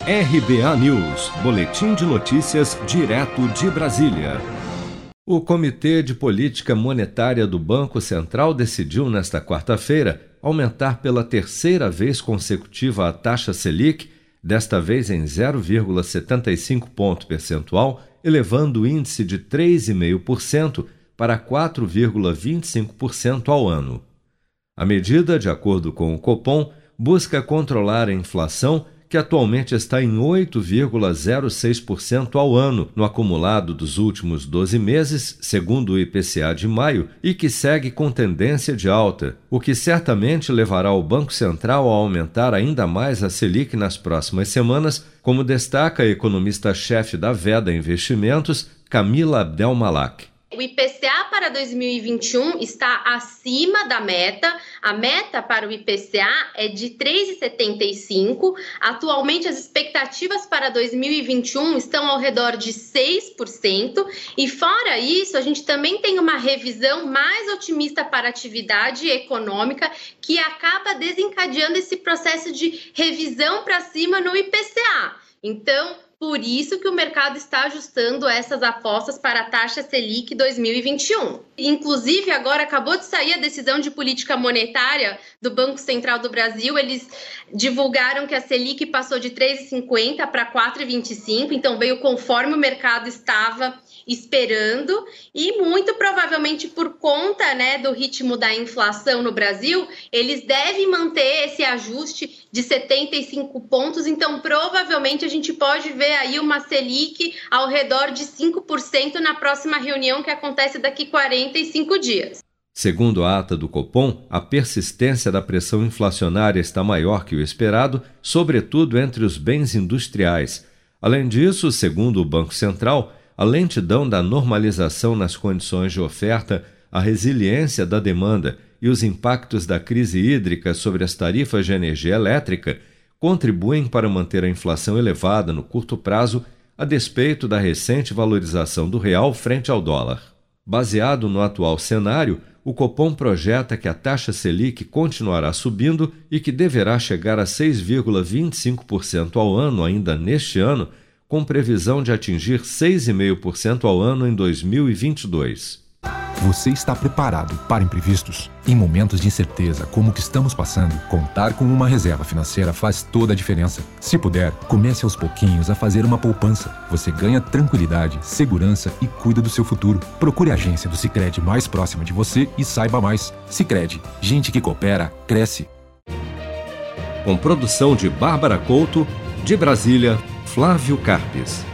RBA News, boletim de notícias direto de Brasília. O Comitê de Política Monetária do Banco Central decidiu nesta quarta-feira aumentar pela terceira vez consecutiva a taxa Selic, desta vez em 0,75 ponto percentual, elevando o índice de 3,5% para 4,25% ao ano. A medida, de acordo com o Copom, busca controlar a inflação, que atualmente está em 8,06% ao ano no acumulado dos últimos 12 meses, segundo o IPCA de maio, e que segue com tendência de alta, o que certamente levará o Banco Central a aumentar ainda mais a Selic nas próximas semanas, como destaca a economista-chefe da Veda Investimentos, Camila Abdel-Malak. O IPCA para 2021 está acima da meta. A meta para o IPCA é de 3,75. Atualmente, as expectativas para 2021 estão ao redor de 6%. E fora isso, a gente também tem uma revisão mais otimista para a atividade econômica, que acaba desencadeando esse processo de revisão para cima no IPCA. Então, por isso que o mercado está ajustando essas apostas para a taxa Selic 2021. Inclusive, agora acabou de sair a decisão de política monetária do Banco Central do Brasil. Eles divulgaram que a Selic passou de 3,50 para 4,25, então veio conforme o mercado estava esperando, e muito provavelmente por conta, do ritmo da inflação no Brasil, eles devem manter esse ajuste de 75 pontos, então provavelmente a gente pode ver aí uma Selic ao redor de 5% na próxima reunião, que acontece daqui 45 dias. Segundo a ata do Copom, a persistência da pressão inflacionária está maior que o esperado, sobretudo entre os bens industriais. Além disso, segundo o Banco Central, a lentidão da normalização nas condições de oferta, a resiliência da demanda e os impactos da crise hídrica sobre as tarifas de energia elétrica contribuem para manter a inflação elevada no curto prazo, a despeito da recente valorização do real frente ao dólar. Baseado no atual cenário, o Copom projeta que a taxa Selic continuará subindo e que deverá chegar a 6,25% ao ano ainda neste ano, com previsão de atingir 6,5% ao ano em 2022. Você está preparado para imprevistos? Em momentos de incerteza como o que estamos passando, contar com uma reserva financeira faz toda a diferença. Se puder, comece aos pouquinhos a fazer uma poupança. Você ganha tranquilidade, segurança e cuida do seu futuro. Procure a agência do Sicredi mais próxima de você e saiba mais. Sicredi, gente que coopera, cresce. Com produção de Bárbara Couto, de Brasília, Flávio Carpes.